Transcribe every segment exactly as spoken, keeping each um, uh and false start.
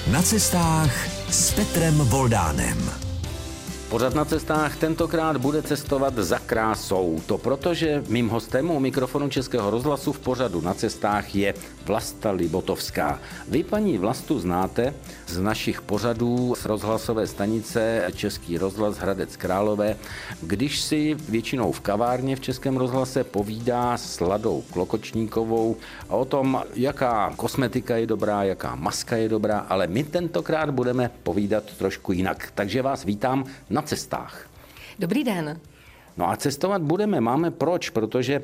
Na cestách s Petrem Voldánem. Pořad Na cestách tentokrát bude cestovat za krásou. To proto, že mým hostem u mikrofonu Českého rozhlasu v pořadu Na cestách je Vlasta Libotovská. Vy paní Vlastu znáte z našich pořadů z rozhlasové stanice Český rozhlas Hradec Králové, když si většinou v kavárně v Českém rozhlase povídá s Ladou Klokočníkovou o tom, jaká kosmetika je dobrá, jaká maska je dobrá, ale my tentokrát budeme povídat trošku jinak. Takže vás vítám na cestách. Dobrý den. No a cestovat budeme, máme proč, protože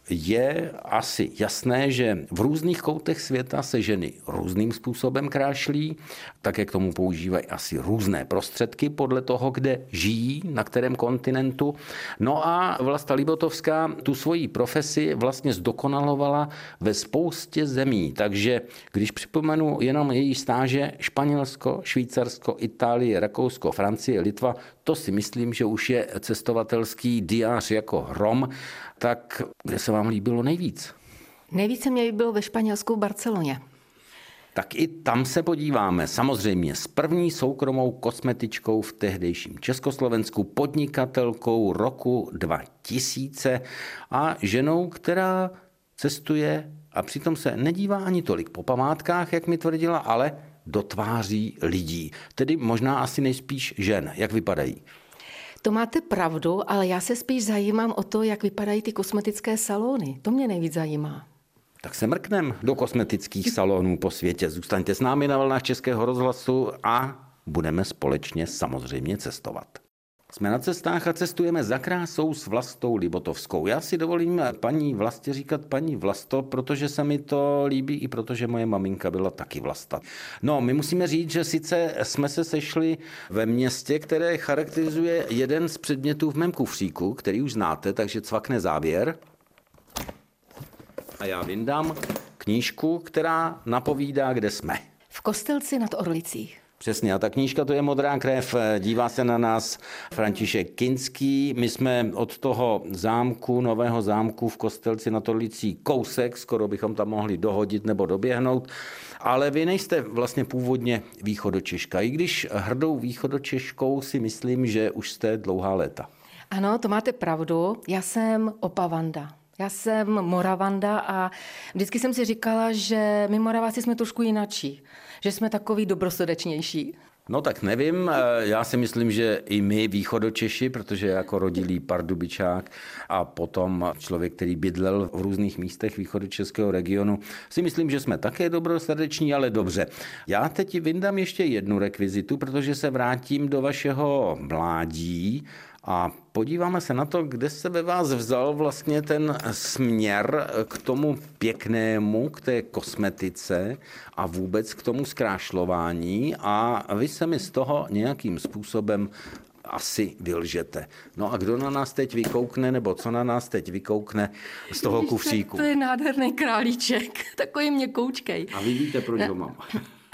je asi jasné, že v různých koutech světa se ženy různým způsobem krášlí, také k tomu používají asi různé prostředky podle toho, kde žijí, na kterém kontinentu. No a Vlasta Libotovská tu svoji profesi vlastně zdokonalovala ve spoustě zemí, takže když připomenu jenom její stáže Španělsko, Švýcarsko, Itálie, Rakousko, Francie, Litva, to si myslím, že už je cestovatelský diář jako hrom. Tak kde se vám líbilo nejvíc? Nejvíce mě líbilo ve Španělsku v Barceloně. Tak i tam se podíváme. Samozřejmě s první soukromou kosmetičkou v tehdejším Československu, podnikatelkou roku dva tisíce a ženou, která cestuje a přitom se nedívá ani tolik po památkách, jak mi tvrdila, ale do tváří lidí. Tedy možná asi nejspíš žen. Jak vypadají? To máte pravdu, ale já se spíš zajímám o to, jak vypadají ty kosmetické salony. To mě nejvíc zajímá. Tak se mrknem do kosmetických salonů po světě. Zůstaňte s námi na vlnách Českého rozhlasu a budeme společně samozřejmě cestovat. Jsme na cestách a cestujeme za krásou s Vlastou Libotovskou. Já si dovolím paní Vlastě říkat paní Vlasto, protože se mi to líbí i protože moje maminka byla taky Vlasta. No, my musíme říct, že sice jsme se sešli ve městě, které charakterizuje jeden z předmětů v mém kufříku, který už znáte, takže cvakne závěr. A já vyndám knížku, která napovídá, kde jsme. V Kostelci nad Orlicí. Přesně, a ta knížka to je Modrá krev, dívá se na nás František Kinský. My jsme od toho zámku, nového zámku v Kostelci nad Orlicí kousek, skoro bychom tam mohli dohodit nebo doběhnout, ale vy nejste vlastně původně východočeška, i když hrdou východočeškou si myslím, že už jste dlouhá léta. Ano, to máte pravdu, já jsem Opavanda. Já jsem Moravanda a vždycky jsem si říkala, že my Moraváci jsme trošku jinačí, že jsme takový dobrosrdečnější. No tak nevím, já si myslím, že i my východočeši, protože jako rodilý pardubičák a potom člověk, který bydlel v různých místech východočeského regionu, si myslím, že jsme také dobrosrdeční, ale dobře. Já teď vyndám ještě jednu rekvizitu, protože se vrátím do vašeho mládí a podíváme se na to, kde se ve vás vzal vlastně ten směr k tomu pěknému, k té kosmetice a vůbec k tomu zkrášlování a vy se mi z toho nějakým způsobem asi vylžete. No a kdo na nás teď vykoukne, nebo co na nás teď vykoukne z toho Víš, kufříku? To je nádherný králíček, takový měkoučkej. A vy víte, proč ho mám.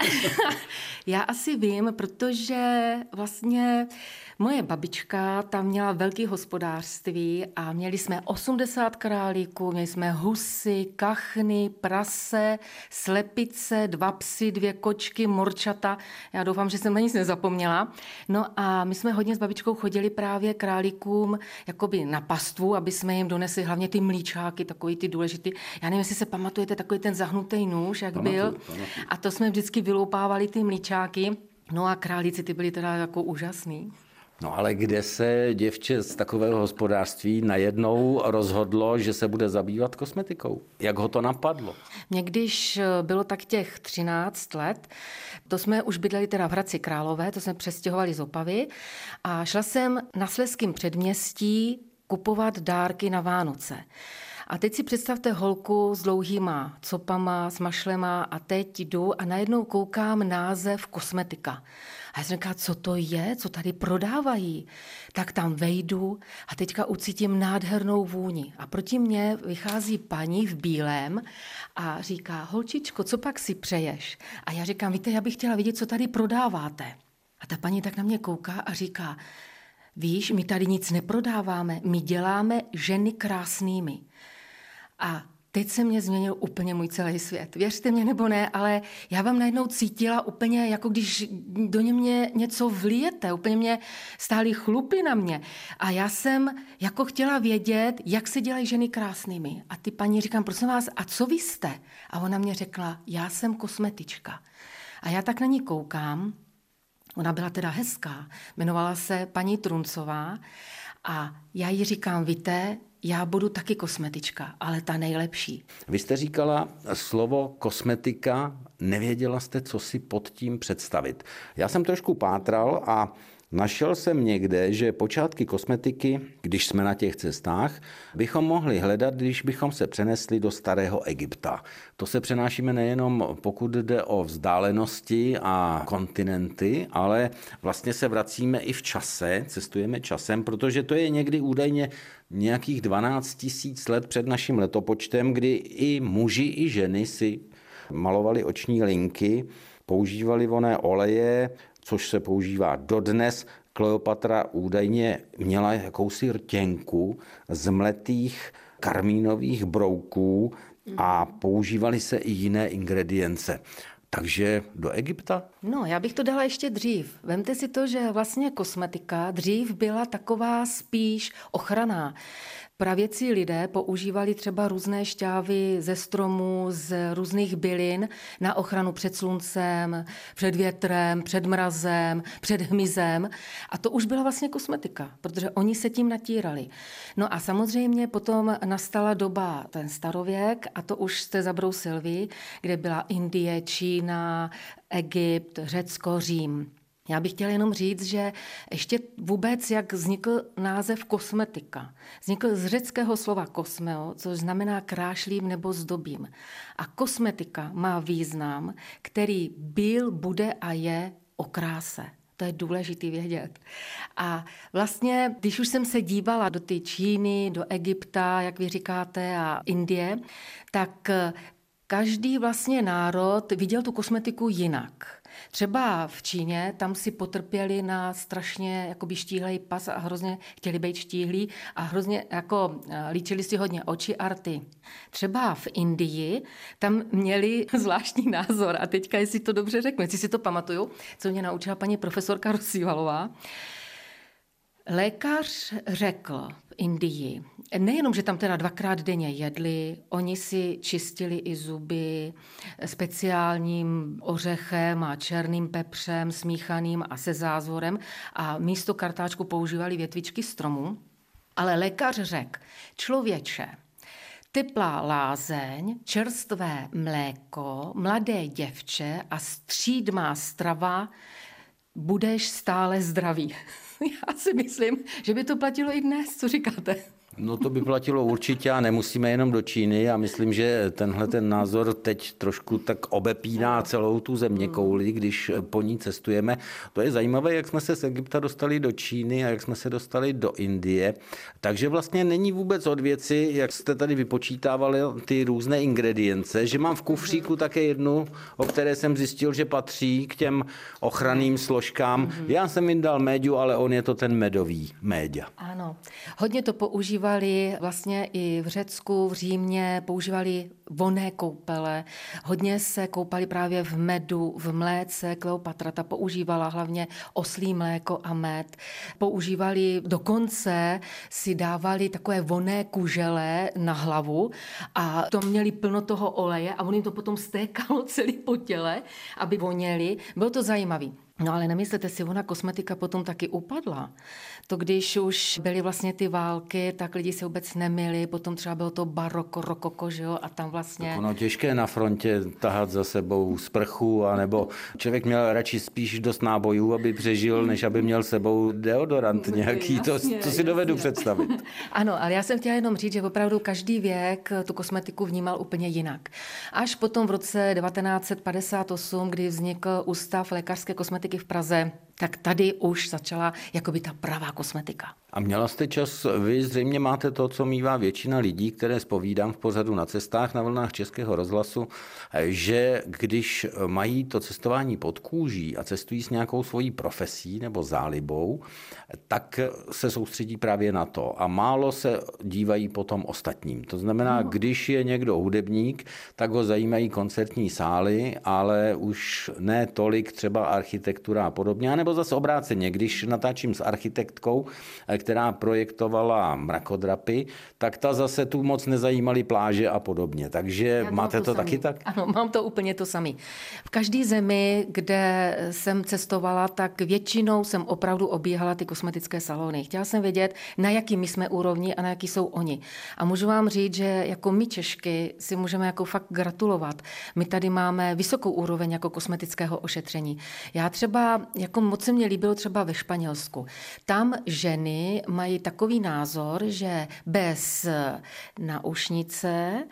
Já asi vím, protože vlastně moje babička tam měla velké hospodářství a měli jsme osmdesát králíků, měli jsme husy, kachny, prase, slepice, dva psy, dvě kočky, morčata. Já doufám, že jsem na nic nezapomněla. No a my jsme hodně s babičkou chodili právě králíkům jakoby na pastvu, aby jsme jim donesli hlavně ty mlíčáky, takový ty důležitý. Já nevím, jestli se pamatujete, takový ten zahnutý nůž, jak pamatuju, byl. pamatuju. A to jsme vždycky vyloupávali ty mlíčáky. No a králíci ty byli teda jako úžasný. No ale kde se děvče z takového hospodářství najednou rozhodlo, že se bude zabývat kosmetikou? Jak ho to napadlo? Mně když bylo tak těch třináct let, to jsme už bydleli teda v Hradci Králové, to jsme přestěhovali z Opavy a šla jsem na Slezském předměstí kupovat dárky na Vánoce. A teď si představte holku s dlouhýma copama, s mašlema a teď jdu a najednou koukám název kosmetika. A já jsem říkala, co to je, co tady prodávají. Tak tam vejdu a teďka ucítím nádhernou vůni. A proti mně vychází paní v bílém a říká, holčičko, co pak si přeješ? A já říkám, víte, já bych chtěla vidět, co tady prodáváte. A ta paní tak na mě kouká a říká, víš, my tady nic neprodáváme, my děláme ženy krásnými. A teď se mě změnil úplně můj celý svět. Věřte mě nebo ne, ale já vám najednou cítila úplně, jako když do ně mě něco vlijete, úplně mě stály chlupy na mě. A já jsem jako chtěla vědět, jak se dělají ženy krásnými. A ty paní říkám, prosím vás, a co vy jste? A ona mě řekla, já jsem kosmetička. A já tak na ní koukám, ona byla teda hezká, jmenovala se paní Truncová a já jí říkám, víte, já budu taky kosmetička, ale ta nejlepší. Vy jste říkala slovo kosmetika, nevěděla jste, co si pod tím představit. Já jsem trošku pátral a našel jsem někde, že počátky kosmetiky, když jsme na těch cestách, bychom mohli hledat, když bychom se přenesli do starého Egypta. To se přenášíme nejenom pokud jde o vzdálenosti a kontinenty, ale vlastně se vracíme i v čase, cestujeme časem, protože to je někdy údajně nějakých dvanáct tisíc let před naším letopočtem, kdy i muži, i ženy si malovali oční linky, používali vonné oleje, což se používá dodnes. Kleopatra údajně měla jakousi rtěnku z mletých karmínových brouků a používaly se i jiné ingredience. Takže do Egypta? No, já bych to dala ještě dřív. Vemte si to, že vlastně kosmetika dřív byla taková spíš ochranná. Pravěcí lidé používali třeba různé šťávy ze stromů, z různých bylin na ochranu před sluncem, před větrem, před mrazem, před hmyzem. A to už byla vlastně kosmetika, protože oni se tím natírali. No a samozřejmě potom nastala doba, ten starověk, a to už jste zabrousil vy, kde byla Indie, Čína, Egypt, Řecko, Řím. Já bych chtěla jenom říct, že ještě vůbec, jak vznikl název kosmetika. Vznikl z řeckého slova kosmeo, což znamená krášlím nebo zdobím. A kosmetika má význam, který byl, bude a je o kráse. To je důležitý vědět. A vlastně, když už jsem se dívala do té Číny, do Egypta, jak vy říkáte, a Indie, tak každý vlastně národ viděl tu kosmetiku jinak. Třeba v Číně, tam si potrpěli na strašně jakoby štíhlej pas a hrozně chtěli být štíhlí a hrozně jako líčili si hodně oči a rty. Třeba v Indii, tam měli zvláštní názor a teďka, jestli to dobře řeknu, jestli si to pamatuju, co mě naučila paní profesorka Rosívalová. Lékař řekl v Indii, nejenom, že tam teda dvakrát denně jedli, oni si čistili i zuby speciálním ořechem a černým pepřem smíchaným a se zázvorem a místo kartáčku používali větvičky stromů. Ale lékař řekl, člověče, teplá lázeň, čerstvé mléko, mladé děvče a střídmá strava, budeš stále zdravý. Já si myslím, že by to platilo i dnes, co říkáte? No to by platilo určitě a nemusíme jenom do Číny a myslím, že tenhle ten názor teď trošku tak obepíná celou tu zeměkouli, když po ní cestujeme. To je zajímavé, jak jsme se z Egypta dostali do Číny a jak jsme se dostali do Indie. Takže vlastně není vůbec od věci, jak jste tady vypočítávali ty různé ingredience, že mám v kufříku také jednu, o které jsem zjistil, že patří k těm ochranným složkám. Já jsem jim dal méďu, ale on je to ten medový méďa. Ano, hodně to používá používali vlastně i v Řecku, v Římě, používali vonné koupele. Hodně se koupali právě v medu, v mléce. Kleopatra ta používala hlavně oslí mléko a med. Používali dokonce, si dávali takové vonné kužele na hlavu a to měli plno toho oleje a on jim to potom stékalo celý po těle, aby voněli. Bylo to zajímavý. No ale nemyslete si, ona kosmetika potom taky upadla. To když už byly vlastně ty války, tak lidi se vůbec nemyli, potom třeba bylo to baroko, rokoko, že jo, a tam vlastně... Tak ono těžké na frontě tahat za sebou sprchu, anebo člověk měl radši spíš dost nábojů, aby přežil, než aby měl sebou deodorant nějaký, jasně, to, to si dovedu jasně představit. Ano, ale já jsem chtěla jenom říct, že opravdu každý věk tu kosmetiku vnímal úplně jinak. Až potom v roce devatenáct set padesát osm, kdy vznikl Ústav lékařské kosmetiky v Praze, tak tady už začala jakoby ta pravá kosmetika. A měla jste čas, vy zřejmě máte to, co mívá většina lidí, které zpovídám v pořadu Na cestách na vlnách Českého rozhlasu, že když mají to cestování pod kůží a cestují s nějakou svojí profesí nebo zálibou, tak se soustředí právě na to a málo se dívají potom ostatním. To znamená, no. Když je někdo hudebník, tak ho zajímají koncertní sály, ale už ne tolik třeba architektura a podobně, nebo zase obráceně, když natáčím s architektkou, která projektovala mrakodrapy, tak ta zase tu moc nezajímaly pláže a podobně. Takže máte to, to taky tak? Ano, mám to úplně to samé. V každé zemi, kde jsem cestovala, tak většinou jsem opravdu obíhala ty kosmetické salony. Chtěla jsem vědět, na jaký my jsme úrovni a na jaký jsou oni. A můžu vám říct, že jako my Češky si můžeme jako fakt gratulovat. My tady máme vysokou úroveň jako kosmetického ošetření. Já třeba, jako moc se mě líbilo třeba ve Španělsku. Tam ženy mají takový názor, že bez náušnice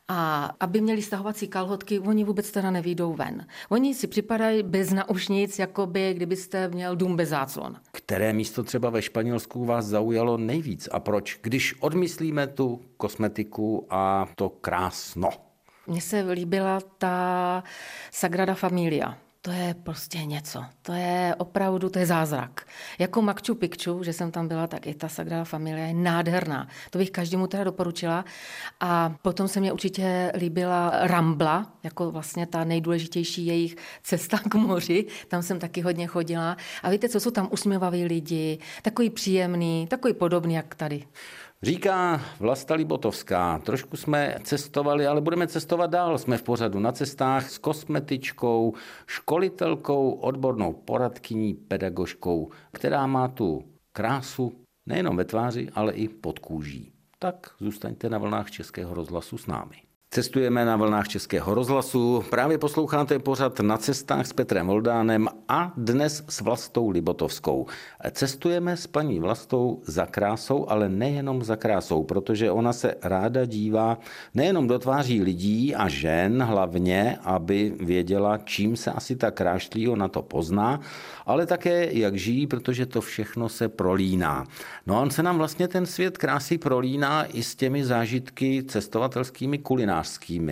a aby měli stahovací kalhotky, oni vůbec teda nevyjdou ven. Oni si připadají bez náušnic, jako by kdybyste měl dům bez záclon. Které místo třeba ve Španělsku vás zaujalo nejvíc a proč? Když odmyslíme tu kosmetiku a to krásno. Mně se líbila ta Sagrada Familia. To je prostě něco. To je opravdu, to je zázrak. Jako Machu Picchu, že jsem tam byla, tak i ta Sagrada Familia je nádherná. To bych každému teda doporučila. A potom se mě určitě líbila Rambla, jako vlastně ta nejdůležitější jejich cesta k moři. Tam jsem taky hodně chodila. A víte, co jsou tam usměvaví lidi, takový příjemný, takový podobný, jak tady. Říká Vlasta Libotovská, trošku jsme cestovali, ale budeme cestovat dál. Jsme v pořadu Na cestách s kosmetičkou, školitelkou, odbornou poradkyní, pedagožkou, která má tu krásu nejenom ve tváři, ale i pod kůží. Tak zůstaňte na vlnách Českého rozhlasu s námi. Cestujeme na vlnách Českého rozhlasu, právě posloucháte pořad Na cestách s Petrem Voldánem a dnes s Vlastou Libotovskou. Cestujeme s paní Vlastou za krásou, ale nejenom za krásou, protože ona se ráda dívá nejenom do tváří lidí a žen hlavně, aby věděla, čím se asi tak krášlí, ona to pozná, ale také jak žijí, protože to všechno se prolíná. No a on se nám vlastně ten svět krásy prolíná i s těmi zážitky cestovatelskými, kulinářskými.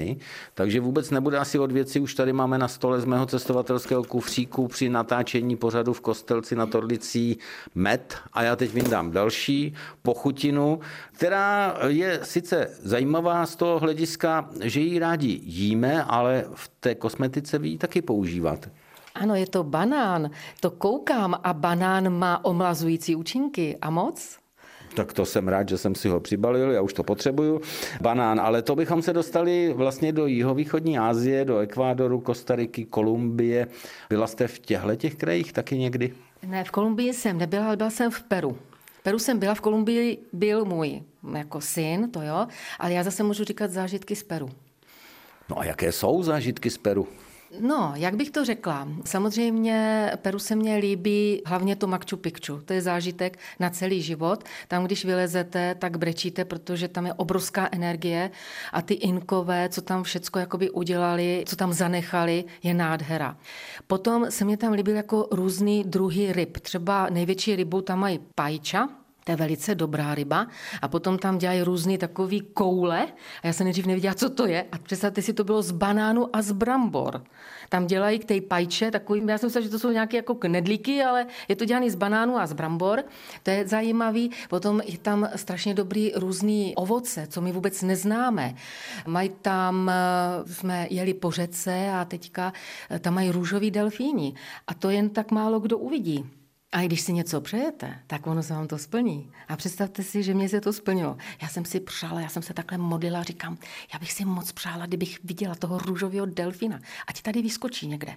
Takže vůbec nebude asi od věci, už tady máme na stole z mého cestovatelského kufříku při natáčení pořadu v Kostelci nad Orlicí med a já teď vyndám další pochutinu, která je sice zajímavá z toho hlediska, že ji rádi jíme, ale v té kosmetice vy ji taky používat. Ano, je to banán, to koukám a banán má omlazující účinky a moc? Tak to jsem rád, že jsem si ho přibalil, já už to potřebuju. Banán, ale to bychom se dostali vlastně do jihovýchodní Asie, do Ekvádoru, Kostariky, Kolumbie. Byla jste v těchto těch krajích taky někdy? Ne, v Kolumbii jsem nebyla, ale byla jsem v Peru. V Peru jsem byla, v Kolumbii byl můj jako syn, to jo, ale já zase můžu říkat zážitky z Peru. No a jaké jsou zážitky z Peru? No, jak bych to řekla? Samozřejmě Peru se mně líbí hlavně to Machu Picchu. To je zážitek na celý život. Tam, když vylezete, tak brečíte, protože tam je obrovská energie a ty Inkové, co tam všecko jakoby udělali, co tam zanechali, je nádhera. Potom se mě tam líbil jako různý druhy ryb. Třeba největší rybu tam mají pajča, to je velice dobrá ryba. A potom tam dělají různý takový koule. A já jsem nejdřív nevěděla, co to je. A představte si, to bylo z banánu a z brambor. Tam dělají k té pajče takový, já jsem myslela, že to jsou nějaké jako knedlíky, ale je to dělané z banánu a z brambor. To je zajímavý. Potom je tam strašně dobrý různý ovoce, co my vůbec neznáme. Mají tam, jsme jeli po řece a teďka tam mají růžový delfíni. A to jen tak málo kdo uvidí. A když si něco přejete, tak ono se vám to splní. A představte si, že mě se to splnilo. Já jsem si přála, já jsem se takhle modlila, říkám, já bych si moc přála, kdybych viděla toho růžového delfína. Ať tady vyskočí někde.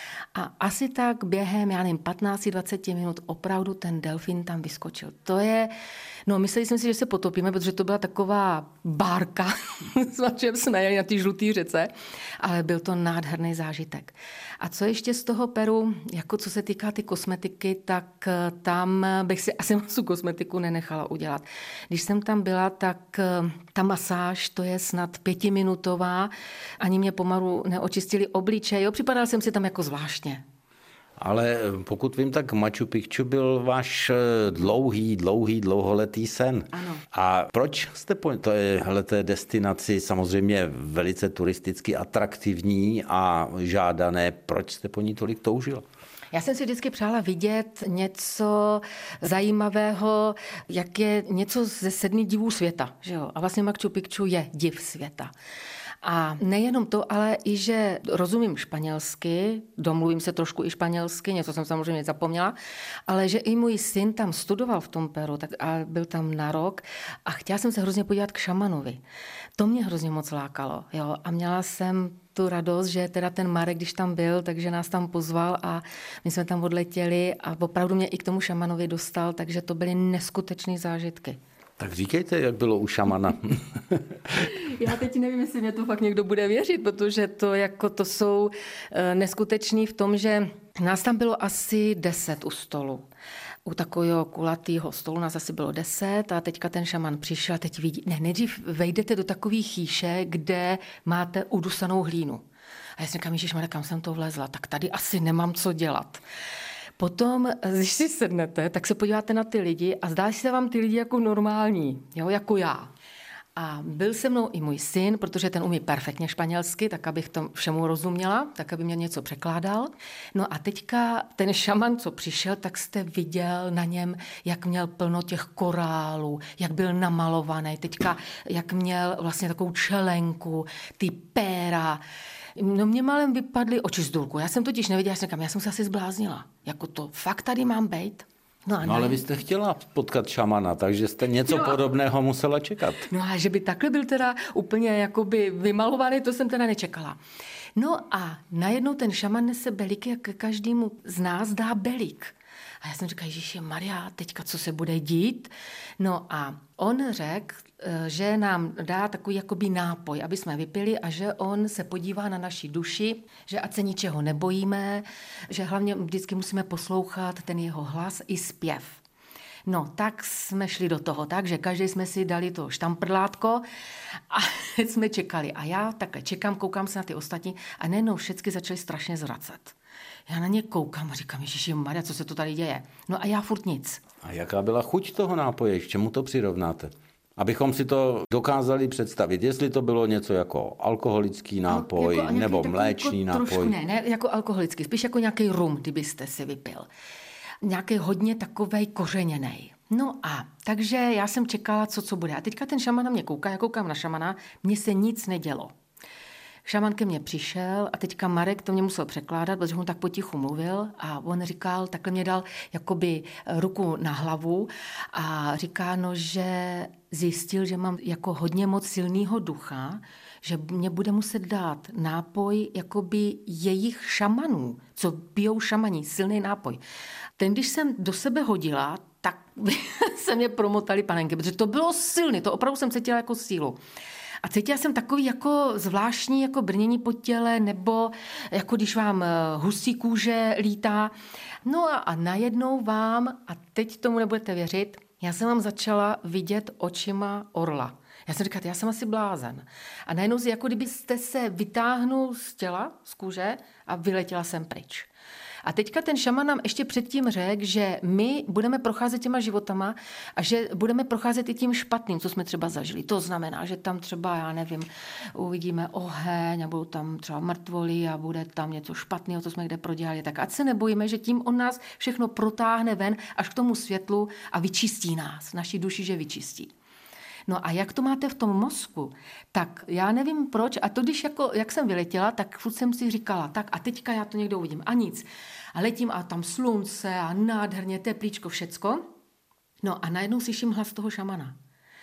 A asi tak během, já nevím, patnáct dvacet minut opravdu ten delfín tam vyskočil. To je, no mysleli jsme si, že se potopíme, protože to byla taková bárka, s čem jsme jeli na té žlutý řece, ale byl to nádherný zážitek. A co ještě z toho Peru, jako co se týká ty kosmetiky, tak tam bych si asi moc tu kosmetiku nenechala udělat. Když jsem tam byla, tak ta masáž, to je snad pětiminutová, ani mě pomalu neočistili obličej, jo, připadala jsem si tam jako zvláštně. Ale pokud vím, tak Machu Picchu byl váš dlouhý, dlouhý, dlouholetý sen. Ano. A proč jste po téhleté destinaci, samozřejmě velice turisticky atraktivní a žádané, proč jste po ní tolik toužila? Já jsem si vždycky přála vidět něco zajímavého, jak je něco ze sedmi divů světa. Že jo? A vlastně Machu Picchu je div světa. A nejenom to, ale i, že rozumím španělsky, domluvím se trošku i španělsky, něco jsem samozřejmě zapomněla, ale že i můj syn tam studoval v tom Peru tak a byl tam na rok a chtěla jsem se hrozně podívat k šamanovi. To mě hrozně moc lákalo. Jo? A měla jsem tu radost, že teda ten Marek, když tam byl, takže nás tam pozval a my jsme tam odletěli a opravdu mě i k tomu šamanovi dostal, takže to byly neskutečné zážitky. Tak říkejte, jak bylo u šamana. Já teď nevím, jestli mě to fakt někdo bude věřit, protože to, jako to jsou neskutečný v tom, že nás tam bylo asi deset u stolu. U takového kulatého stolu nás asi bylo deset a teďka ten šaman přišel a teď vidí, ne, nejdřív vejdete do takové chýše, kde máte udusanou hlínu. A já si říkám, ježišmarja, kam jsem to vlezla, tak tady asi nemám co dělat. Potom, když si sednete, tak se podíváte na ty lidi a zdá se vám ty lidi jako normální, jo, jako já. A byl se mnou i můj syn, protože ten umí perfektně španělsky, tak abych to všemu rozuměla, tak aby mě něco překládal. No a teďka ten šaman, co přišel, tak jste viděl na něm, jak měl plno těch korálů, jak byl namalovaný, teďka jak měl vlastně takovou čelenku, ty péra. No mě málem vypadly oči z důlku. Já jsem totiž nevěděla, já jsem říkám, já jsem se asi zbláznila. Jako to fakt tady mám bejt? No, no ale vy jste chtěla potkat šamana, takže jste něco no. podobného musela čekat. No a že by takhle byl teda úplně jakoby vymalovaný, to jsem teda nečekala. No a najednou ten šaman nese belíky, jak každému z nás dá belík. A já jsem říkala, Ježíši Maria, teďka co se bude dít? No a on řekl, že nám dá takový jakoby nápoj, aby jsme vypili a že on se podívá na naši duši, že ať se ničeho nebojíme, že hlavně vždycky musíme poslouchat ten jeho hlas i zpěv. No, tak jsme šli do toho, tak, že každý jsme si dali to štamprlátko a jsme čekali. A já takhle čekám, koukám se na ty ostatní a nejenom všechny začali strašně zvracet. Já na ně koukám a říkám, Ježiši Maria, co se to tady děje? No a já furt nic. A jaká byla chuť toho nápoje? K čemu to přirovnáte? Abychom si to dokázali představit, jestli to bylo něco jako alkoholický nápoj, jako nebo mléčný jako nápoj. Trošku ne, ne jako alkoholický, spíš jako nějaký rum, kdybyste si vypil. Nějaký hodně takovej kořeněnej. No a takže já jsem čekala, co co bude. A teďka ten šaman na mě kouká, já koukám na šamana, mně se nic nedělo. Šaman ke mně přišel a teďka Marek to mě musel překládat, protože on tak potichu mluvil a on říkal, takhle mě dal jakoby ruku na hlavu a říká, no, že zjistil, že mám jako hodně moc silného ducha, že mě bude muset dát nápoj jakoby jejich šamanů, co pijou šamaní, silný nápoj. Ten, když jsem do sebe hodila, tak se mě promotali panenky, protože to bylo silný, to opravdu jsem cítila jako sílu. A cítila jsem takový jako zvláštní jako brnění po těle, nebo jako když vám husí kůže lítá. No a, a najednou vám, a teď tomu nebudete věřit, já jsem vám začala vidět očima orla. Já jsem říkala, já jsem asi blázen. A najednou si, jako kdybyste se vytáhnul z těla, z kůže a vyletěla jsem pryč. A teďka ten šaman nám ještě předtím řekl, že my budeme procházet těma životama a že budeme procházet i tím špatným, co jsme třeba zažili. To znamená, že tam třeba, já nevím, uvidíme oheň a budou tam třeba mrtvoly a bude tam něco špatného, co jsme kde prodělali. Tak ať se nebojíme, že tím on nás všechno protáhne ven až k tomu světlu a vyčistí nás, naši duši, že vyčistí. No a jak to máte v tom mozku, tak já nevím proč, a to když jako, jak jsem vyletěla, tak furt jsem si říkala, tak a teďka já to někdo uvidím a nic. A letím a tam slunce a nádherně, teplíčko, všecko. No a najednou slyším hlas toho šamana.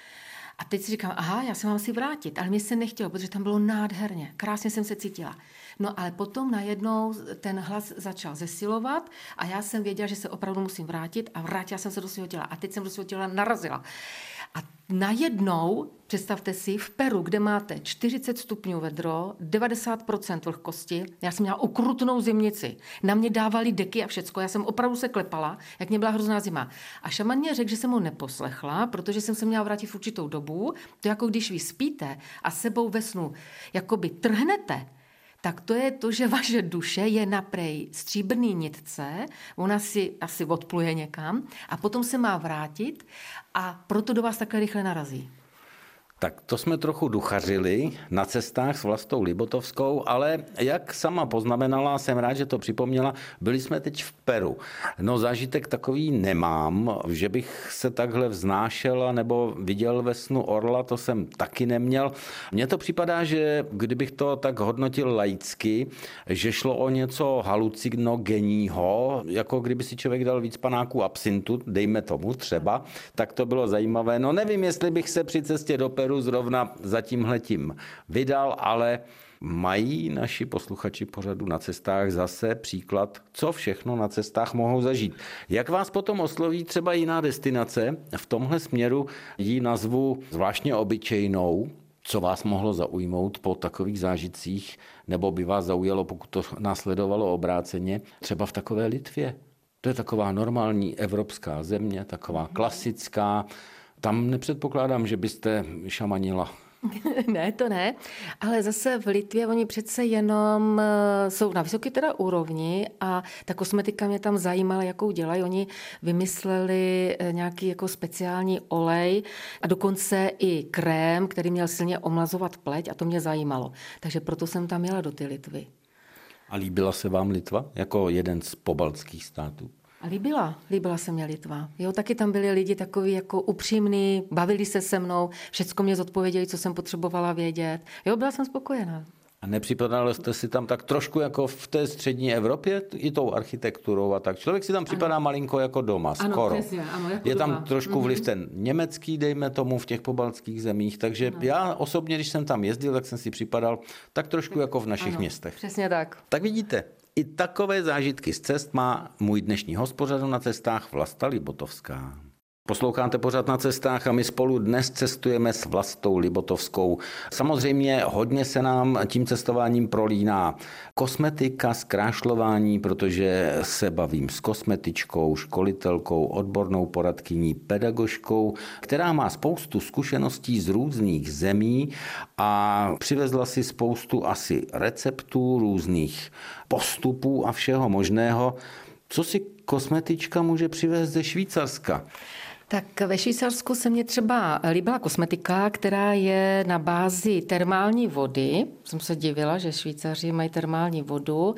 A teď si říkám, aha, já se mám si vrátit, ale mě se nechtělo, protože tam bylo nádherně, krásně jsem se cítila. No ale potom najednou ten hlas začal zesilovat a já jsem věděla, že se opravdu musím vrátit a vrátila jsem se do svého těla. A teď jsem do svého těla narazila. A najednou, představte si, v Peru, kde máte čtyřicet stupňů vedro, devadesát procent vlhkosti, já jsem měla ukrutnou zimnici. Na mě dávali deky a všecko, já jsem opravdu se klepala, jak mě byla hrozná zima. A šaman mě řekl, že jsem ho neposlechla, protože jsem se měla vrátit v určitou dobu. To jako když vy spíte a sebou ve snu jakoby trhnete, tak to je to, že vaše duše je na prej stříbrný nitce, ona si asi odpluje někam a potom se má vrátit a proto do vás takhle rychle narazí. Tak to jsme trochu duchařili na cestách s Vlastou Libotovskou, ale jak sama poznamenala, jsem rád, že to připomněla, byli jsme teď v Peru. No zážitek takový nemám, že bych se takhle vznášela nebo viděl ve snu orla, to jsem taky neměl. Mně to připadá, že kdybych to tak hodnotil laicky, že šlo o něco halucinogenního, jako kdyby si člověk dal víc panáků absintu, dejme tomu třeba, tak to bylo zajímavé. No nevím, jestli bych se při cestě do Peru zrovna za tímhletím vydal, ale mají naši posluchači pořadu Na cestách zase příklad, co všechno na cestách mohou zažít. Jak vás potom osloví třeba jiná destinace, v tomhle směru ji nazvu zvláštně obyčejnou, co vás mohlo zaujmout po takových zážitcích, nebo by vás zaujalo, pokud to následovalo obráceně, třeba v takové Litvě. To je taková normální evropská země, taková klasická. Tam nepředpokládám, že byste šamanila. Ne, to ne, ale zase v Litvě oni přece jenom jsou na vysoké teda úrovni a ta kosmetika mě tam zajímala, jakou dělají. Oni vymysleli nějaký jako speciální olej a dokonce i krém, který měl silně omlazovat pleť a to mě zajímalo. Takže proto jsem tam jela do ty Litvy. A líbila se vám Litva jako jeden z pobaltských států? A líbila, líbila se mě Litva. Jo, taky tam byli lidi takový jako upřímní, bavili se se mnou, všecko mě zodpověděli, co jsem potřebovala vědět. Jo, byla jsem spokojená. A nepřipadala jste si tam tak trošku jako v té střední Evropě, i tou architekturou a tak? Člověk si tam připadá ano. malinko jako doma, ano, skoro. Přesně, ano, jako je tam doma. trošku mm-hmm. vliv ten německý, dejme tomu, v těch pobaltských zemích. Takže ano. já osobně, když jsem tam jezdil, tak jsem si připadal tak trošku jako v našich ano, městech. Přesně tak. Tak vidíte, i takové zážitky z cest má můj dnešní host pořadu Na cestách Vlasta Libotovská. Posloucháte pořad Na cestách a my spolu dnes cestujeme s Vlastou Libotovskou. Samozřejmě hodně se nám tím cestováním prolíná kosmetika, zkrášlování, protože se bavím s kosmetičkou, školitelkou, odbornou poradkyní, pedagožkou, která má spoustu zkušeností z různých zemí a přivezla si spoustu asi receptů, různých postupů a všeho možného. Co si kosmetička může přivést ze Švýcarska? Tak ve Švýcarsku se mně třeba líbila kosmetika, která je na bázi termální vody. Jsem se divila, že Švýcaři mají termální vodu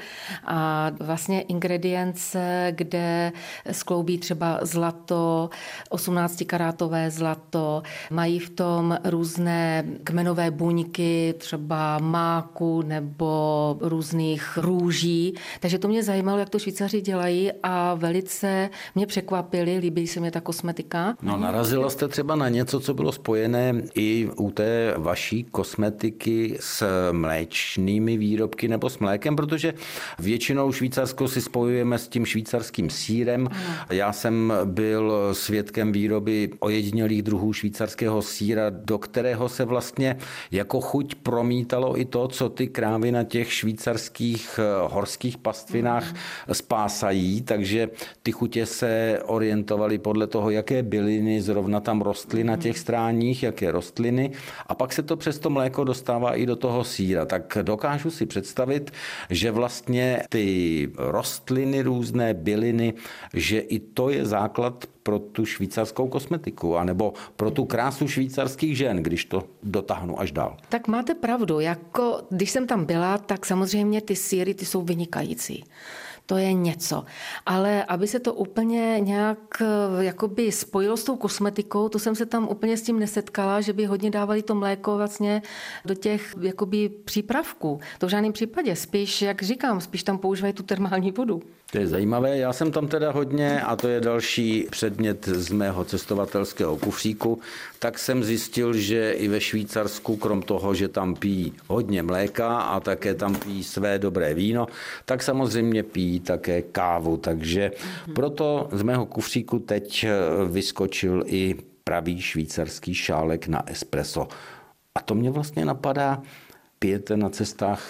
a vlastně ingredience, kde skloubí třeba zlato, osmnáctikarátové zlato, mají v tom různé kmenové buňky, třeba máku nebo různých růží. Takže to mě zajímalo, jak to Švýcaři dělají a velice mě překvapili, líbí se mě ta kosmetika. No, narazila jste třeba na něco, co bylo spojené i u té vaší kosmetiky s mléčnými výrobky nebo s mlékem, protože většinou Švýcarsko si spojujeme s tím švýcarským sýrem. Já jsem byl svědkem výroby ojedinělých druhů švýcarského sýra, do kterého se vlastně jako chuť promítalo i to, co ty krávy na těch švýcarských horských pastvinách spásají, takže ty chutě se orientovaly podle toho, jaké byliny zrovna tam rostly na těch stráních, jaké rostliny a pak se to přes to mléko dostává i do toho sýra. Tak dokážu si představit, že vlastně ty rostliny, různé byliny, že i to je základ pro tu švýcarskou kosmetiku, anebo pro tu krásu švýcarských žen, když to dotáhnu až dál. Tak máte pravdu, jako když jsem tam byla, tak samozřejmě ty sýry, ty jsou vynikající. To je něco. Ale aby se to úplně nějak jakoby spojilo s tou kosmetikou, to jsem se tam úplně s tím nesetkala, že by hodně dávali to mléko vlastně do těch jakoby přípravků. To v žádném případě. Spíš, jak říkám, spíš tam používají tu termální vodu. To je zajímavé. Já jsem tam teda hodně, a to je další předmět z mého cestovatelského kufříku, tak jsem zjistil, že i ve Švýcarsku, krom toho, že tam pijí hodně mléka a také tam pijí své dobré víno, tak samozřejmě pijí také kávu. Takže proto z mého kufříku teď vyskočil i pravý švýcarský šálek na espresso. A to mě vlastně napadá, pijete na cestách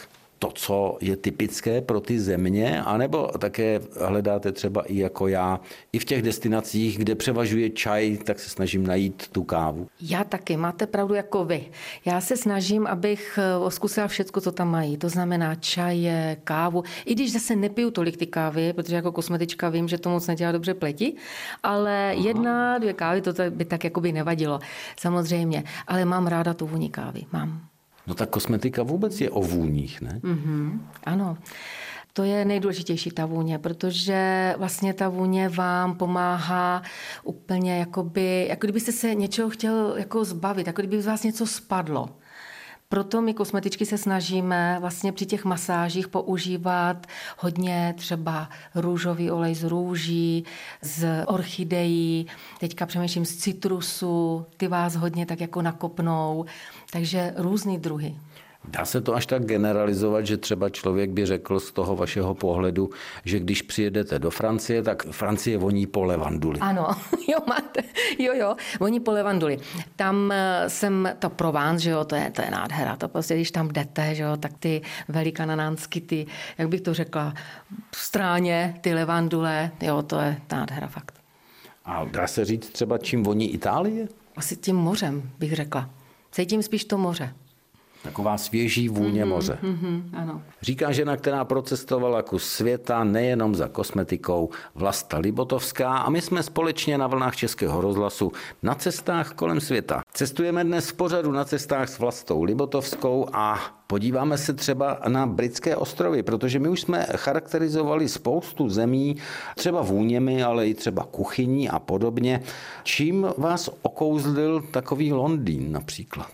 to, co je typické pro ty země, anebo také hledáte třeba i jako já, i v těch destinacích, kde převažuje čaj, tak se snažím najít tu kávu? Já taky, máte pravdu jako vy. Já se snažím, abych zkusila všechno, co tam mají. To znamená čaje, kávu. I když zase nepiju tolik ty kávy, protože jako kosmetička vím, že to moc nedělá dobře pleti, ale Aha. jedna, dvě kávy, to by tak jako by nevadilo. Samozřejmě, ale mám ráda tu vůni kávy. Mám. No tak kosmetika vůbec je o vůních, ne? Mm-hmm, ano. To je nejdůležitější ta vůně, protože vlastně ta vůně vám pomáhá úplně jakoby, jako kdybyste se něčeho chtěl jako zbavit, jako kdyby z vás něco spadlo. Proto my kosmetičky se snažíme vlastně při těch masážích používat hodně třeba růžový olej z růží, z orchidejí, teďka přemýšlím z citrusu, ty vás hodně tak jako nakopnou, takže různý druhy. Dá se to až tak generalizovat, že třeba člověk by řekl z toho vašeho pohledu, že když přijedete do Francie, tak Francie voní po levanduli. Ano, jo, máte, jo, jo, voní po levanduli. Tam jsem, to Provence, že jo, to je, to je nádhera, to prostě, když tam jdete, že jo, tak ty velikananánsky, ty, jak bych to řekla, stráně, ty levandule, jo, to je nádhera fakt. A dá se říct třeba, čím voní Itálie? Asi tím mořem, bych řekla. Cítím spíš to moře. Taková svěží vůně mm-hmm, moře. Mm-hmm, ano. Říká žena, která procestovala kus světa nejenom za kosmetikou, Vlasta Libotovská, a my jsme společně na vlnách Českého rozhlasu na cestách kolem světa. Cestujeme dnes v pořadu na cestách s Vlastou Libotovskou a podíváme se třeba na Britské ostrovy, protože my už jsme charakterizovali spoustu zemí, třeba vůněmi, ale i třeba kuchyní a podobně. Čím vás okouzlil takový Londýn například?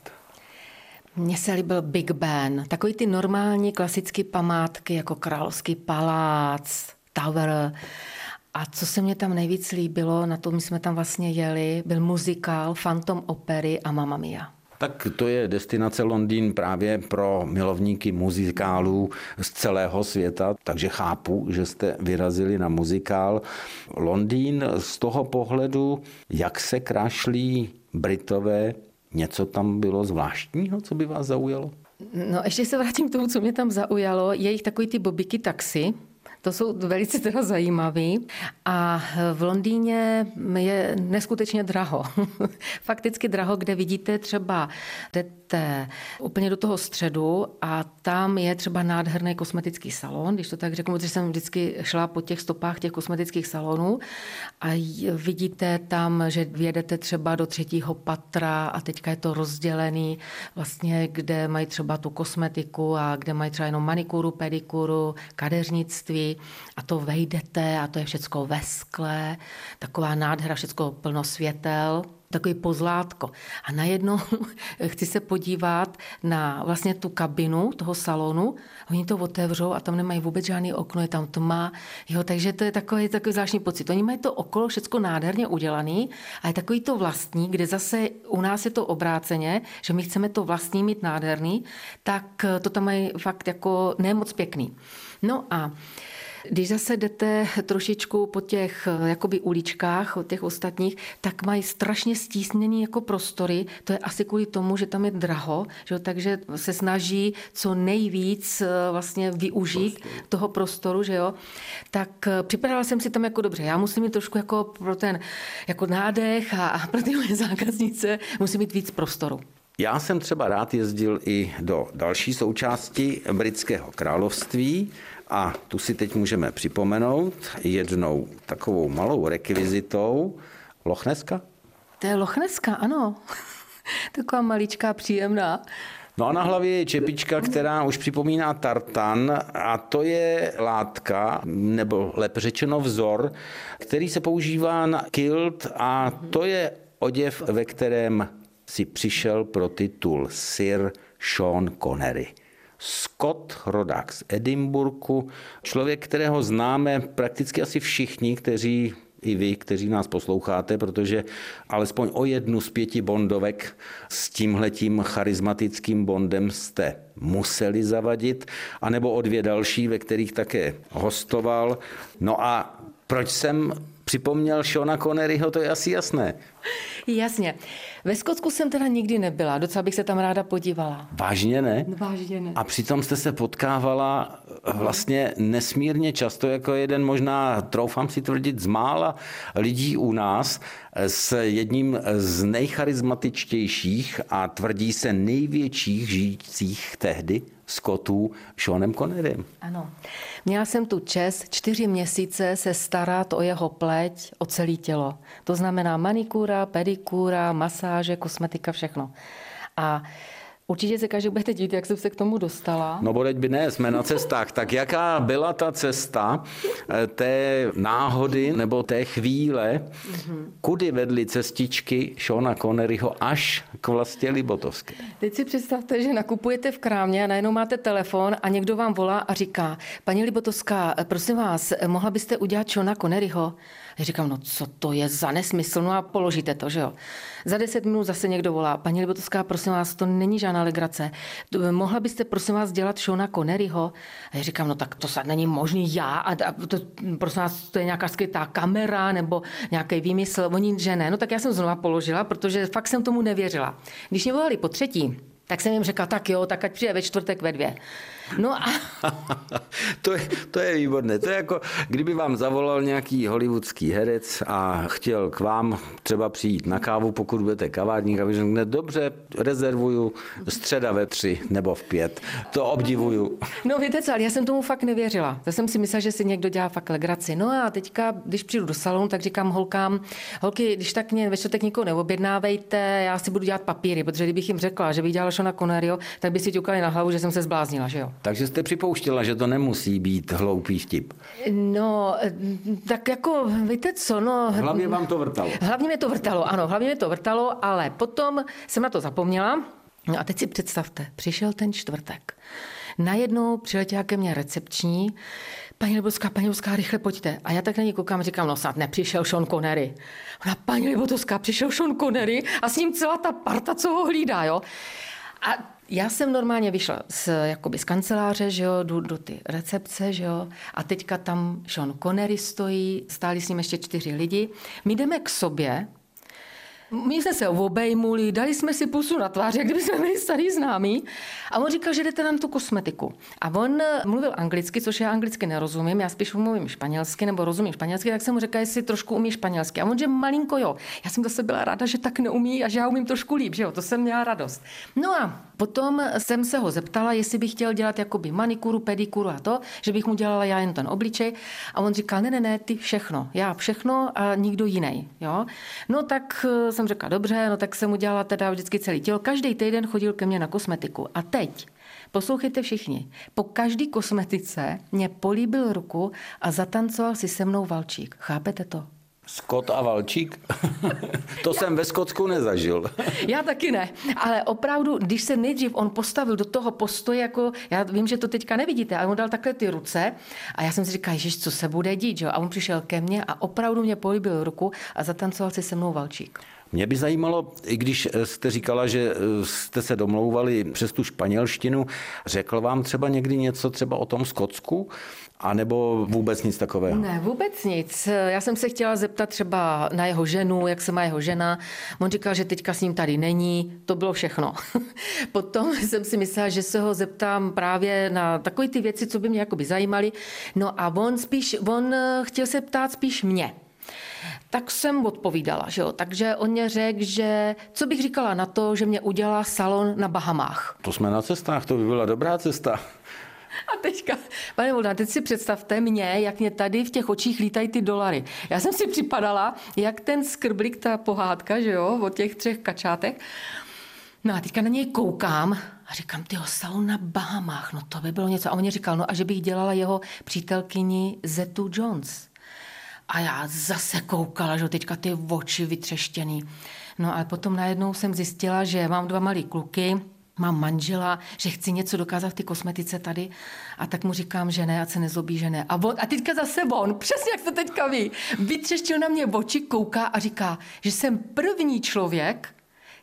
Mně se líbil Big Ben, takový ty normální klasické památky, jako Královský palác, Tower. A co se mně tam nejvíc líbilo, na tom jsme tam vlastně jeli, byl muzikál Phantom Opery a Mamma Mia. Tak to je destinace Londýn právě pro milovníky muzikálů z celého světa, takže chápu, že jste vyrazili na muzikál. Londýn z toho pohledu, jak se krášlí Britové, něco tam bylo zvláštního, co by vás zaujalo? No ještě se vrátím k tomu, co mě tam zaujalo. Je jich takový ty bobiky taxi. To jsou velice teda zajímavý. A v Londýně je neskutečně draho. Fakticky draho, kde vidíte třeba, jdete úplně do toho středu a tam je třeba nádherný kosmetický salon, když to tak řeknu, protože jsem vždycky šla po těch stopách těch kosmetických salonů a vidíte tam, že vjedete třeba do třetího patra a teďka je to rozdělený vlastně, kde mají třeba tu kosmetiku a kde mají třeba jenom manikuru, pedikuru, kadeřnictví. A to vejdete a to je všecko ve skle, taková nádhera, všecko plno světel, takový pozlátko. A najednou chci se podívat na vlastně tu kabinu toho salonu, oni to otevřou a tam nemají vůbec žádný okno, je tam tma, jo, takže to je takový, takový zvláštní pocit. Oni mají to okolo všecko nádherně udělaný a je takový to vlastní, kde zase u nás je to obráceně, že my chceme to vlastní mít nádherný, tak to tam mají fakt jako nemoc pěkný. No a když zase jdete trošičku po těch jakoby uličkách od těch ostatních, tak mají strašně stísněný jako prostory. To je asi kvůli tomu, že tam je draho, že, takže se snaží co nejvíc vlastně využít prostoru. toho prostoru, že jo. Tak připadala jsem si tam jako dobře. Já musím mít trošku jako pro ten jako nádech a, a pro ty moje zákaznice musím mít víc prostoru. Já jsem třeba rád jezdil i do další součásti Britského království a tu si teď můžeme připomenout jednou takovou malou rekvizitou. Loch Nesska? To je Loch Nesska, ano. Taková maličká, příjemná. No a na hlavě je čepička, která už připomíná tartan a to je látka, nebo lépe řečeno vzor, který se používá na kilt a to je oděv, ve kterém si přišel pro titul Sir Sean Connery. Scott, rodák z Edinburghu, člověk, kterého známe prakticky asi všichni, kteří i vy, kteří nás posloucháte, protože alespoň o jednu z pěti bondovek s tímhletím charismatickým Bondem jste museli zavadit, anebo o dvě další, ve kterých také hostoval. No a proč jsem připomněl Seana Conneryho, to je asi jasné. Jasně. Ve Skotsku jsem teda nikdy nebyla, docela bych se tam ráda podívala. Vážně ne? Vážně ne. A přitom jste se potkávala vlastně nesmírně často jako jeden, možná troufám si tvrdit, z mála lidí u nás s jedním z nejcharizmatičtějších a tvrdí se největších žijících tehdy Skotů, Seanem Connerym. Ano. Měla jsem tu čest čtyři měsíce se starat o jeho pleť, o celé tělo. To znamená manikúra, pedikúra, masáže, kosmetika, všechno. A určitě se každý budete dít, jak jsem se k tomu dostala. No bodeď by ne, jsme na cestách. Tak jaká byla ta cesta té náhody nebo té chvíle, mm-hmm. kudy vedly cestičky Seana Conneryho až k Vlastě Libotovské? Teď si představte, že nakupujete v krámě a najednou máte telefon a někdo vám volá a říká: paní Libotovská, prosím vás, mohla byste udělat Seana Conneryho? Já říkám, no co to je za nesmysl, no a položíte to, že jo. Za deset minut zase někdo volá: paní Libotovská, prosím vás, to není žádná legrace. Mohla byste, prosím vás, dělat Seana Conneryho? A já říkám, no tak to snad není možný já, a to, prosím vás, to je nějaká skrytá kamera nebo nějaký výmysl. Oni, že ne, no tak já jsem znova položila, protože fakt jsem tomu nevěřila. Když mě volali po třetí, tak jsem jim řekla, tak jo, tak ať přijde ve čtvrtek ve dvě. No a... to, je, to je výborné. To je jako, kdyby vám zavolal nějaký hollywoodský herec a chtěl k vám třeba přijít na kávu, pokud budete kavárník, a vy řekne, dobře, rezervuju středa ve tři nebo v pět. To obdivuju. No víte co, ale já jsem tomu fakt nevěřila. To jsem si myslela, že si někdo dělá fakt legraci. No a teďka, když přijdu do salonu, tak říkám holkám, holky, když tak mě ve čtvrtek nikoho neobjednávejte, já si budu dělat papíry, protože kdybych jim řekla, že bych dělala Seana Conneryho, tak by si ťukali na hlavu, že jsem se zbláznila, že jo. Takže jste připouštěla, že to nemusí být hloupý vtip. No, tak jako, víte co, no... Hlavně vám to vrtalo. Hlavně mě to vrtalo, ano, hlavně mě to vrtalo, ale potom jsem na to zapomněla. No a teď si představte, přišel ten čtvrtek. Najednou přiletěla ke mně recepční: paní Libotovská, paní Libotovská, rychle pojďte. A já tak na ní koukám a říkám, no snad nepřišel Sean Connery. Ona: paní Libotovská, přišel Sean Connery a s ním celá ta parta, co ho hlídá, jo. A já jsem normálně vyšla z, jakoby z kanceláře, že jo, jdu do ty recepce, že jo, a teďka tam Sean Connery stojí, stáli s ním ještě čtyři lidi. My jdeme k sobě, my jsme se obejmuli, dali jsme si pusu na tvář, jak kdyby jsme byli starý známí. A on říkal, že jdete na tu kosmetiku. A on mluvil anglicky, což já anglicky nerozumím, já spíš mluvím španělsky nebo rozumím španělsky, tak jsem mu řekla, jestli trošku umí španělsky. A on, že malinko jo. Já jsem zase byla ráda, že tak neumí a že já umím trošku líp, že jo, to jsem měla radost. No a potom jsem se ho zeptala, jestli bych chtěl dělat jakoby manikuru, pedikuru a to, že bych mu dělala já jen ten obličej. A on říkal, ne, ne, ne, ty všechno. Já všechno a nikdo jiný, jo. No tak jsem řekla, dobře, no tak jsem udělala teda vždycky celý tělo. Každý týden chodil ke mně na kosmetiku. A teď, poslouchejte všichni, po každý kosmetice mě políbil ruku a zatancoval si se mnou valčík. Chápete to? Skot a valčík? To jsem ve Skotsku nezažil. Já taky ne, ale opravdu, když se nejdřív on postavil do toho postoje, jako, já vím, že to teďka nevidíte, ale on dal takhle ty ruce a já jsem si říkala, ježiš, co se bude dít, jo? A on přišel ke mně a opravdu mě políbil ruku a zatancoval si se mnou valčík. Mě by zajímalo, i když jste říkala, že jste se domlouvali přes tu španělštinu, řekl vám třeba někdy něco třeba o tom Skotsku? A nebo vůbec nic takového? Ne, vůbec nic. Já jsem se chtěla zeptat třeba na jeho ženu, jak se má jeho žena. On říkal, že teďka s ním tady není. To bylo všechno. Potom jsem si myslela, že se ho zeptám právě na takové ty věci, co by mě jakoby zajímaly. No a on spíš, on chtěl se ptát spíš mě. Tak jsem odpovídala, že jo. Takže on mě řekl, že co bych říkala na to, že mě udělá salon na Bahamách. To jsme na cestách, to by byla dobrá cesta. A teďka, pane Voldán, teď si představte mě, jak mě tady v těch očích lítají ty dolary. Já jsem si připadala, jak ten skrblík, ta pohádka, že jo, o těch třech kačátech. No a teďka na něj koukám a říkám, tyjo, salon na Bahamách, no to by bylo něco. A on mě říkal, no a že bych dělala jeho přítelkyni Zetu Jones. A já zase koukala, že teďka ty oči vytřeštěný. No ale potom najednou jsem zjistila, že mám dva malý kluky, mám manžela, že chci něco dokázat v ty kosmetice tady. A tak mu říkám, že ne, ať se nezlobí, že ne. A, on, a teďka zase on, přesně jak se teďka ví, vytřeštil na mě oči, kouká a říká, že jsem první člověk,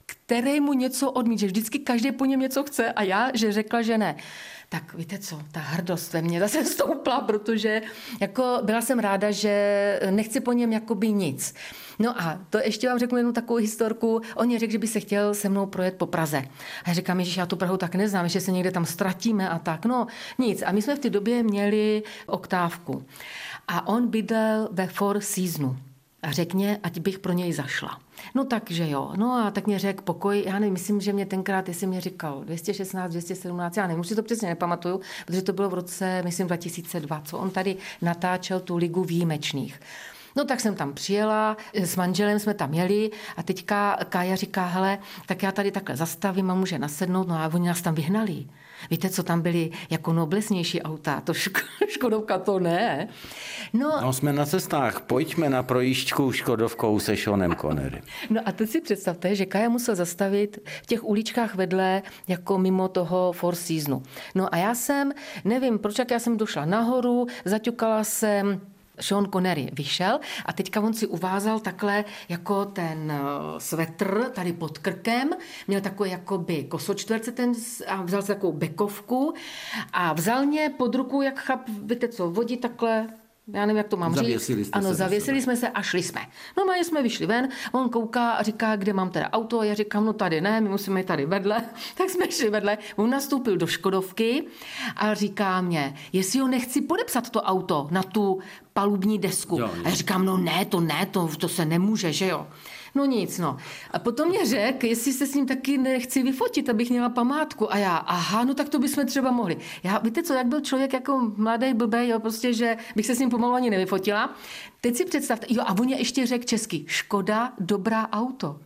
který mu něco odmít, že vždycky každý po něm něco chce a já, že řekla, že ne. Tak víte co, ta hrdost ve mně zase stoupla, protože jako byla jsem ráda, že nechci po něm jakoby nic. No a to ještě vám řeknu jednu takovou historku. On řekl, že by se chtěl se mnou projet po Praze. A já říkám, ježiš, já tu Prahu tak neznám, že se někde tam ztratíme a tak. No nic. A my jsme v té době měli oktávku. A on bydlel ve Four Seasonu. A řekně, ať bych pro něj zašla. No takže jo. No a tak mě řekl pokoj, já nevím, myslím, že mě tenkrát, jestli mě říkal dvě stě šestnáct, dvě stě sedmnáct, já nevím, už si to přesně nepamatuju, protože to bylo v roce, myslím, dva tisíce dva, co on tady natáčel tu Ligu výjimečných. No tak jsem tam přijela, s manželem jsme tam jeli a teďka Kája říká, hele, tak já tady takhle zastavím a může nasednout, no a oni nás tam vyhnali. Víte, co tam byly jako noblesnější auta? To ško- Škodovka to ne. No, no jsme na cestách, pojďme na projížďku Škodovkou se Seanem Connery. No a teď si představte, že Kája musel zastavit v těch uličkách vedle, jako mimo toho Four Seasonu. No a já jsem, nevím, proč, jak já jsem došla nahoru, zaťukala jsem, Sean Connery vyšel a teďka on si uvázal takhle jako ten svetr tady pod krkem, měl takový jakoby kosočtverce ten a vzal si takovou bekovku a vzal mě pod ruku, jak chlap, víte co, vodí takhle, já nevím, jak to mám zavěsili říct. Ano, zavěsili jsme se a šli jsme. No my jsme vyšli ven, on kouká a říká, kde mám teda auto, já říkám, no tady ne, my musíme jít tady vedle, tak jsme šli vedle. On nastoupil do Škodovky a říká mě, jestli ho nechci podepsat to auto na tu palubní desku. Jo, a já říkám, no ne, to ne, to, to se nemůže, že jo. No nic, no. A potom mě řekl, jestli se s ním taky nechci vyfotit, abych měla památku. A já, aha, no tak to bychom třeba mohli. Já, víte co, jak byl člověk jako mladý blbej, jo, prostě, že bych se s ním pomalu ani nevyfotila. Teď si představte, jo, a on je ještě řekl česky, Škoda, dobrá auto.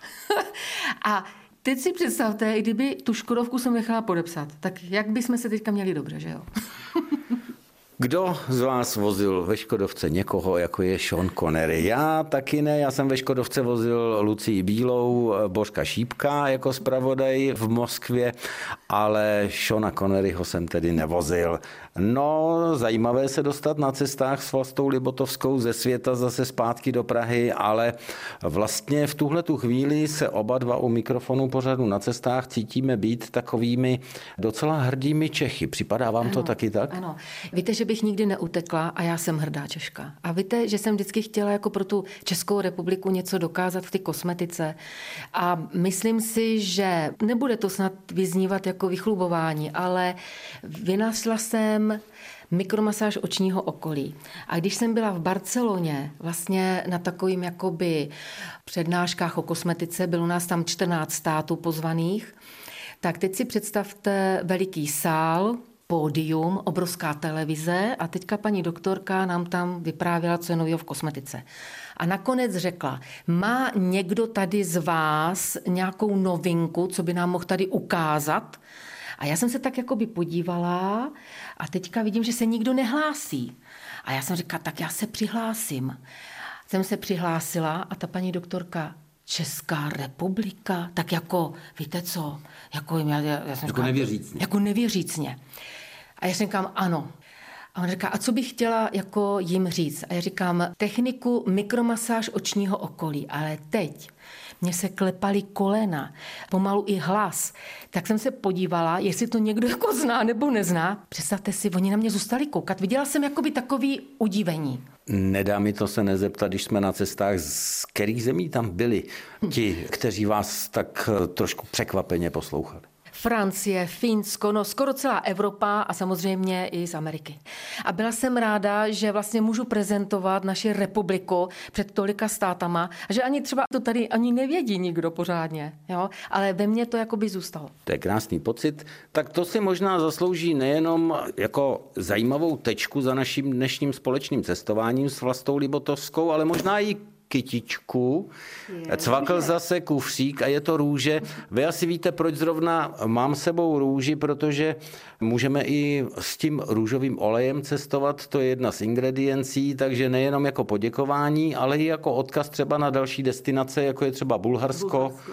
A teď si představte, kdyby tu Škodovku jsem nechala podepsat, tak jak bychom se teďka měli dobře, že jo? Kdo z vás vozil ve Škodovce někoho, jako je Sean Connery? Já taky ne, já jsem ve Škodovce vozil Lucii Bílou, Bořka Šípka jako zpravodaj v Moskvě, ale Seana Conneryho jsem tedy nevozil. No, zajímavé se dostat na cestách s Vlastou Libotovskou ze světa zase zpátky do Prahy, ale vlastně v tuhletu chvíli se oba dva u mikrofonu pořadu Na cestách cítíme být takovými docela hrdými Čechy. Připadá vám ano, to taky tak? Ano. Víte, že bych nikdy neutekla a já jsem hrdá Češka. A víte, že jsem vždycky chtěla jako pro tu Českou republiku něco dokázat v té kosmetice. A myslím si, že nebude to snad vyznívat jako vychlubování, ale vynašla jsem mikromasáž očního okolí. A když jsem byla v Barceloně, vlastně na takovým jakoby přednáškách o kosmetice, bylo nás tam čtrnáct států pozvaných, tak teď si představte veliký sál, pódium, obrovská televize a teďka paní doktorka nám tam vyprávěla, co je nového v kosmetice. A nakonec řekla, má někdo tady z vás nějakou novinku, co by nám mohl tady ukázat? A já jsem se tak jakoby podívala a teďka vidím, že se nikdo nehlásí. A já jsem říkala, tak já se přihlásím. Jsem se přihlásila a ta paní doktorka, Česká republika, tak jako, víte co, jako, já, já jsem jako říkala, nevěřícně. Jako nevěřícně. A já jsem říkám, ano. A on říká, a co bych chtěla jako jim říct? A já říkám, techniku mikromasáž očního okolí, ale teď mně se klepaly kolena, pomalu i hlas. Tak jsem se podívala, jestli to někdo jako zná nebo nezná. Představte si, oni na mě zůstali koukat. Viděla jsem jakoby takový udívení. Nedá mi to se nezeptat, když jsme na cestách, z kterých zemí tam byli ti, kteří vás tak trošku překvapeně poslouchali. Francie, Finsko, no skoro celá Evropa a samozřejmě i z Ameriky. A byla jsem ráda, že vlastně můžu prezentovat naši republiku před tolika státama, a že ani třeba to tady ani nevědí nikdo pořádně, jo? Ale ve mně to jakoby zůstalo. To je krásný pocit. Tak to si možná zaslouží nejenom jako zajímavou tečku za naším dnešním společným cestováním s Vlastou Libotovskou, ale možná i kytičku, cvakl zase kufřík a je to růže. Vy asi víte, proč zrovna mám sebou růži, protože můžeme i s tím růžovým olejem cestovat, to je jedna z ingrediencí, takže nejenom jako poděkování, ale i jako odkaz třeba na další destinace, jako je třeba Bulharsko. Bulharsko, ano.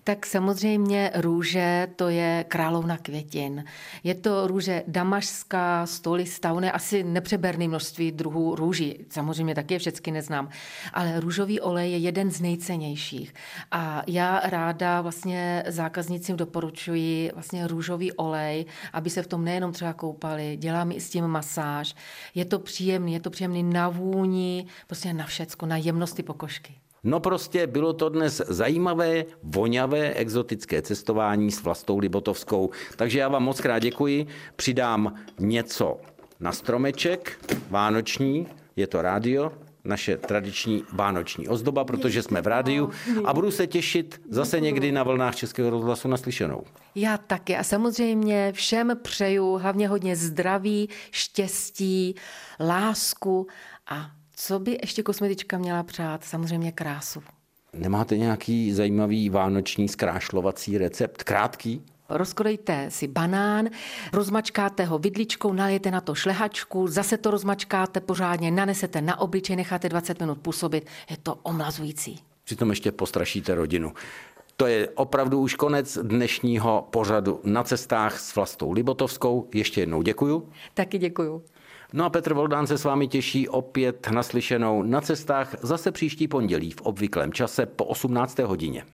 Tak samozřejmě růže, to je královna květin. Je to růže damašská, stolista, on je asi nepřeberné množství druhů růží. Samozřejmě taky je všechny neznám. Ale růžový olej je jeden z nejcennějších. A já ráda vlastně zákaznicím doporučuji vlastně růžový olej, aby se v tom nejenom třeba koupali, dělám i s tím masáž. Je to příjemný, je to příjemný na vůni, prostě na všecko, na jemnosti pokožky. No prostě bylo to dnes zajímavé, voňavé, exotické cestování s Vlastou Libotovskou. Takže já vám moc krát děkuji. Přidám něco na stromeček, vánoční, je to rádio, naše tradiční vánoční ozdoba, protože jsme v rádiu a budu se těšit zase někdy na vlnách Českého rozhlasu naslyšenou. Já taky a samozřejmě všem přeju hlavně hodně zdraví, štěstí, lásku a co by ještě kosmetička měla přát? Samozřejmě krásu. Nemáte nějaký zajímavý vánoční zkrášlovací recept? Krátký? Rozkrojte si banán, rozmačkáte ho vidličkou, nalijete na to šlehačku, zase to rozmačkáte pořádně, nanesete na obličej, necháte dvacet minut působit. Je to omlazující. Přitom ještě postrašíte rodinu. To je opravdu už konec dnešního pořadu Na cestách s Vlastou Libotovskou. Ještě jednou děkuju. Taky děkuju. No a Petr Voldán se s vámi těší opět naslyšenou Na cestách zase příští pondělí v obvyklém čase po osmnácté hodině.